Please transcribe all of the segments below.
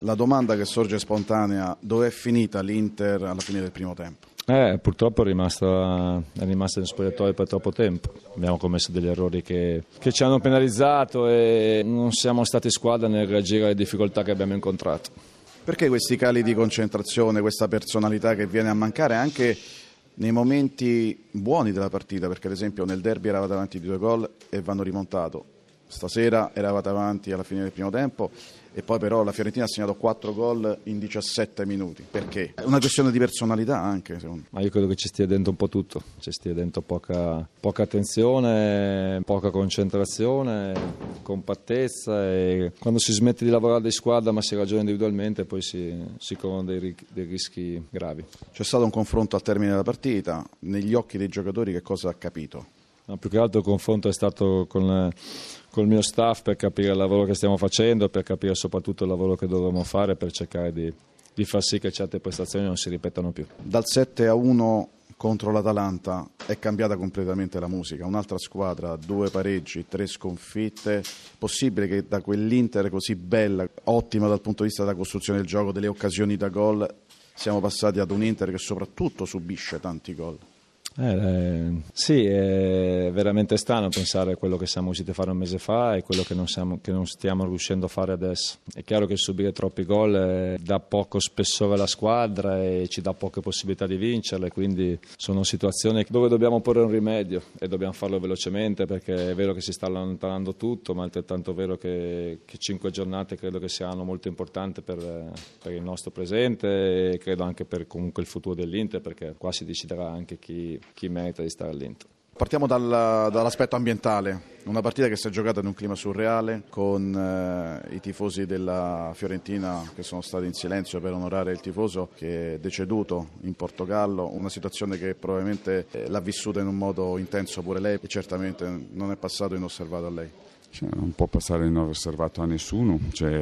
La domanda che sorge spontanea: dove è finita l'Inter alla fine del primo tempo? Purtroppo è rimasta in spogliatoio per troppo tempo. Abbiamo commesso degli errori che ci hanno penalizzato e non siamo stati squadra nel reagire alle difficoltà che abbiamo incontrato. Perché questi cali di concentrazione, questa personalità che viene a mancare anche nei momenti buoni della partita? Perché ad esempio nel derby eravate avanti di 2 gol e vanno rimontato. Stasera eravate avanti alla fine del primo tempo e poi però la Fiorentina ha segnato 4 gol in 17 minuti. Perché? È una questione di personalità anche, secondo me. Ma io credo che ci stia dentro un po' tutto, ci stia dentro poca attenzione, poca concentrazione, compattezza, e quando si smette di lavorare di squadra ma si ragiona individualmente poi si corrono dei rischi gravi. C'è stato un confronto al termine della partita, negli occhi dei giocatori che cosa ha capito? No, più che altro il confronto è stato col mio staff per capire il lavoro che stiamo facendo, per capire soprattutto il lavoro che dovremmo fare per cercare di far sì che certe prestazioni non si ripetano più. Dal 7-1 contro l'Atalanta è cambiata completamente la musica, un'altra squadra, 2 pareggi, 3 sconfitte. Possibile che da quell'Inter così bella, ottima dal punto di vista della costruzione del gioco, delle occasioni da gol, siamo passati ad un Inter che soprattutto subisce tanti gol? Sì, è veramente strano pensare a quello che siamo riusciti a fare un mese fa e quello che non stiamo riuscendo a fare adesso. È chiaro che subire troppi gol dà poco spessore alla squadra e ci dà poche possibilità di vincerle, quindi sono situazioni dove dobbiamo porre un rimedio e dobbiamo farlo velocemente, perché è vero che si sta allontanando tutto, ma è altrettanto vero che 5 giornate credo che siano molto importanti per il nostro presente e credo anche per comunque il futuro dell'Inter, perché qua si deciderà anche chi merita di stare all'Inter. Partiamo dall'aspetto ambientale, una partita che si è giocata in un clima surreale con i tifosi della Fiorentina che sono stati in silenzio per onorare il tifoso che è deceduto in Portogallo, una situazione che probabilmente l'ha vissuta in un modo intenso pure lei e certamente non è passato inosservato a lei. Non può passare inosservato a nessuno,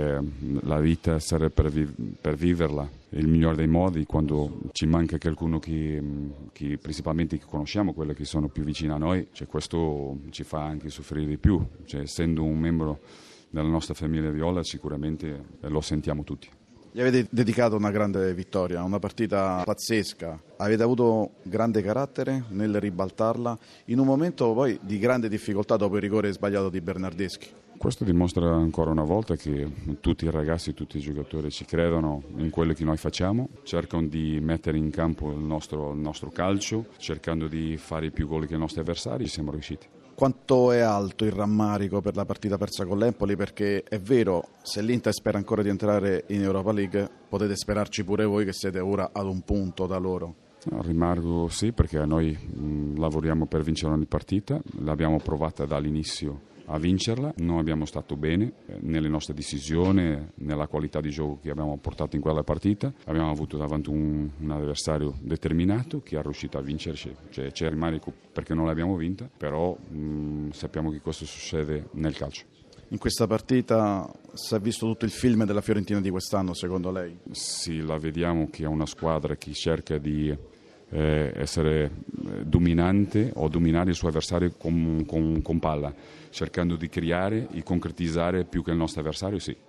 la vita serve per viverla. È il migliore dei modi quando ci manca qualcuno che principalmente che conosciamo, quelli che sono più vicini a noi, questo ci fa anche soffrire di più. Essendo un membro della nostra famiglia viola sicuramente lo sentiamo tutti. Gli avete dedicato una grande vittoria, una partita pazzesca, avete avuto grande carattere nel ribaltarla in un momento poi di grande difficoltà dopo il rigore sbagliato di Bernardeschi. Questo dimostra ancora una volta che tutti i ragazzi, tutti i giocatori ci credono in quello che noi facciamo, cercano di mettere in campo il nostro calcio, cercando di fare più gol che i nostri avversari, e siamo riusciti. Quanto è alto il rammarico per la partita persa con l'Empoli? Perché è vero, se l'Inter spera ancora di entrare in Europa League, potete sperarci pure voi che siete ora ad un punto da loro. Rimarco sì, perché noi lavoriamo per vincere ogni partita, l'abbiamo provata dall'inizio a vincerla, non abbiamo stato bene nelle nostre decisioni, nella qualità di gioco che abbiamo portato in quella partita, abbiamo avuto davanti un avversario determinato che è riuscito a vincerci, c'è il rammarico perché non l'abbiamo vinta, però sappiamo che questo succede nel calcio. In questa partita si è visto tutto il film della Fiorentina di quest'anno, secondo lei? Sì, la vediamo che è una squadra che cerca di essere dominante o dominare il suo avversario con palla, cercando di creare e concretizzare più che il nostro avversario, sì.